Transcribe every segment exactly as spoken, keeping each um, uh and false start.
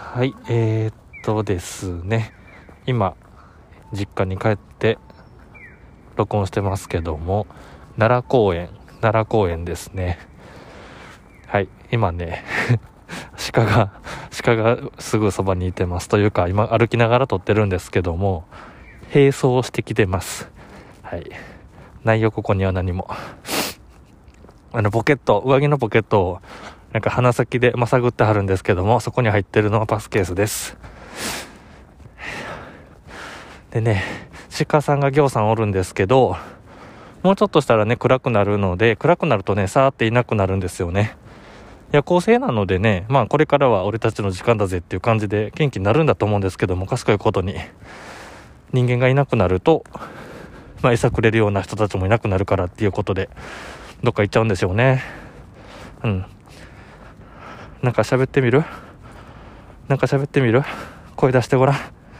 はい、えー、っとですね、今実家に帰って録音してますけども、奈良公園奈良公園ですね。はい、今ね鹿が鹿がすぐそばにいてます。というか今歩きながら撮ってるんですけども、並走してきてます。はい、内容ここには何も。あのポケット上着のポケットをなんか鼻先でまさぐってはるんですけども、そこに入ってるのはパスケースです。でね、鹿さんがぎょうさんおるんですけど、もうちょっとしたらね暗くなるので、暗くなるとねさーっていなくなるんですよね。夜行性なのでね、まあこれからは俺たちの時間だぜっていう感じで元気になるんだと思うんですけども、賢いことに人間がいなくなると、まあ餌くれるような人たちもいなくなるからっていうことでどっか行っちゃうんでしょうね。うん、なんか喋ってみるなんか喋ってみる声出してごらん。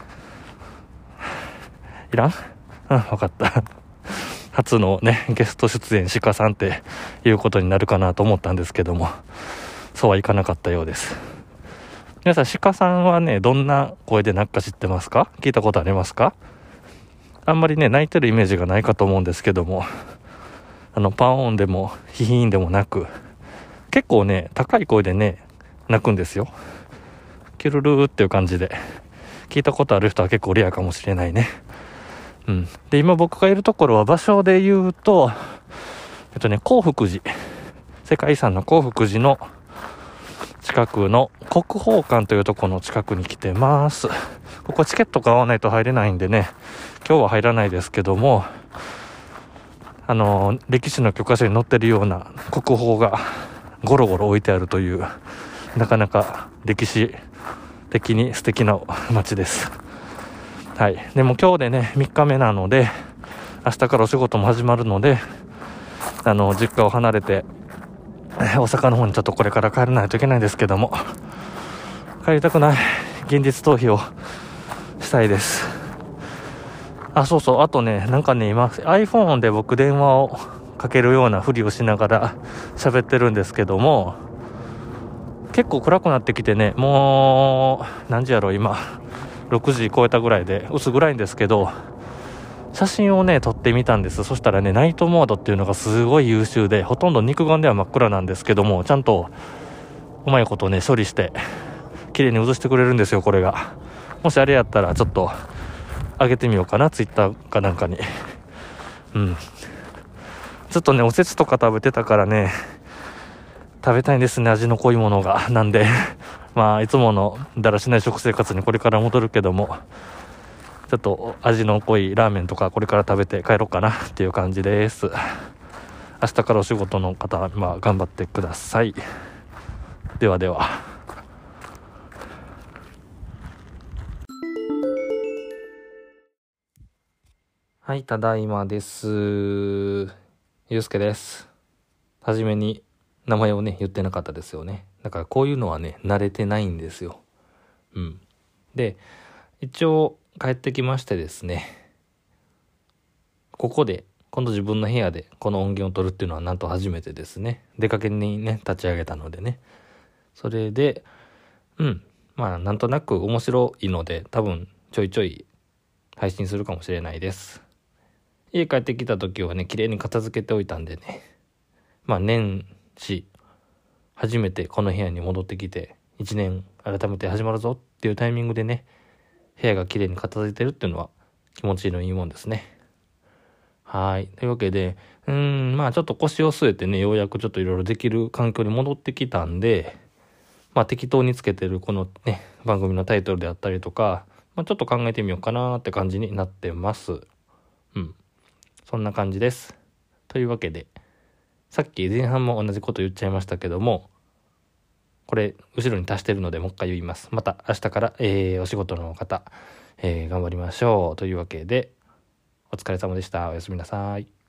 いらん？うん、分かった初のねゲスト出演鹿さんっていうことになるかなと思ったんですけども、そうはいかなかったようです。皆さん鹿さんはねどんな声で鳴くか知ってますか？聞いたことありますか？あんまりね鳴いてるイメージがないかと思うんですけども、あのパンオンでもヒヒーンでもなく、結構ね高い声でね鳴くんですよ。キュルルーっていう感じで、聞いたことある人は結構レアかもしれないね。うん、で今僕がいるところは場所で言うと、えっとね興福寺、世界遺産の興福寺の近くの国宝館というところの近くに来てます。ここチケット買わないと入れないんでね、今日は入らないですけども、あの歴史の教科書に載ってるような国宝がゴロゴロ置いてあるという、なかなか歴史的に素敵な街です。はい、でも今日でねみっかめなので、明日からお仕事も始まるので、あの実家を離れて大阪の方にちょっとこれから帰らないといけないんですけども、帰りたくない、現実逃避をしたいです。あ、そうそう、あとね、なんかね今 iPhone で僕電話をかけるようなふりをしながら喋ってるんですけども、結構暗くなってきてね、もう何時やろ今ろくじ超えたぐらいで薄暗いんですけど、写真をね撮ってみたんです。そしたらねナイトモードっていうのがすごい優秀で、ほとんど肉眼では真っ暗なんですけども、ちゃんとうまいことね処理して綺麗に映してくれるんですよ。これがもしあれやったらちょっと上げてみようかな、ツイッターかなんかに。うんちょっとねおせちとか食べてたからね食べたいんですね、味の濃いものが。なんでまあいつものだらしない食生活にこれから戻るけども、ちょっと味の濃いラーメンとかこれから食べて帰ろうかなっていう感じです。明日からお仕事の方は、まあ、頑張ってください。ではでは。はい、ただいまです。ゆうすけです。はじめに名前をね言ってなかったですよね。だからこういうのはね慣れてないんですよ。うんで一応帰ってきましてですね、ここで今度自分の部屋でこの音源を取るっていうのはなんと初めてですね。出かけにね立ち上げたのでね、それでうんまあなんとなく面白いので多分ちょいちょい配信するかもしれないです。家帰ってきた時はね綺麗に片付けておいたんでね、まあ年始初めてこの部屋に戻ってきていちねん改めて始まるぞっていうタイミングでね、部屋が綺麗に片付いてるっていうのは気持ちいいのいいもんですね。はい。というわけで、うーん、まあちょっと腰を据えてね、ようやくちょっといろいろできる環境に戻ってきたんで、まあ適当につけてるこのね、番組のタイトルであったりとか、まあ、ちょっと考えてみようかなって感じになってます。うん。そんな感じです。というわけで、さっき前半も同じこと言っちゃいましたけども、これ後ろに足してるのでもう一回言います。また明日から、えー、お仕事の方、えー、頑張りましょうというわけで、お疲れ様でした。おやすみなさい。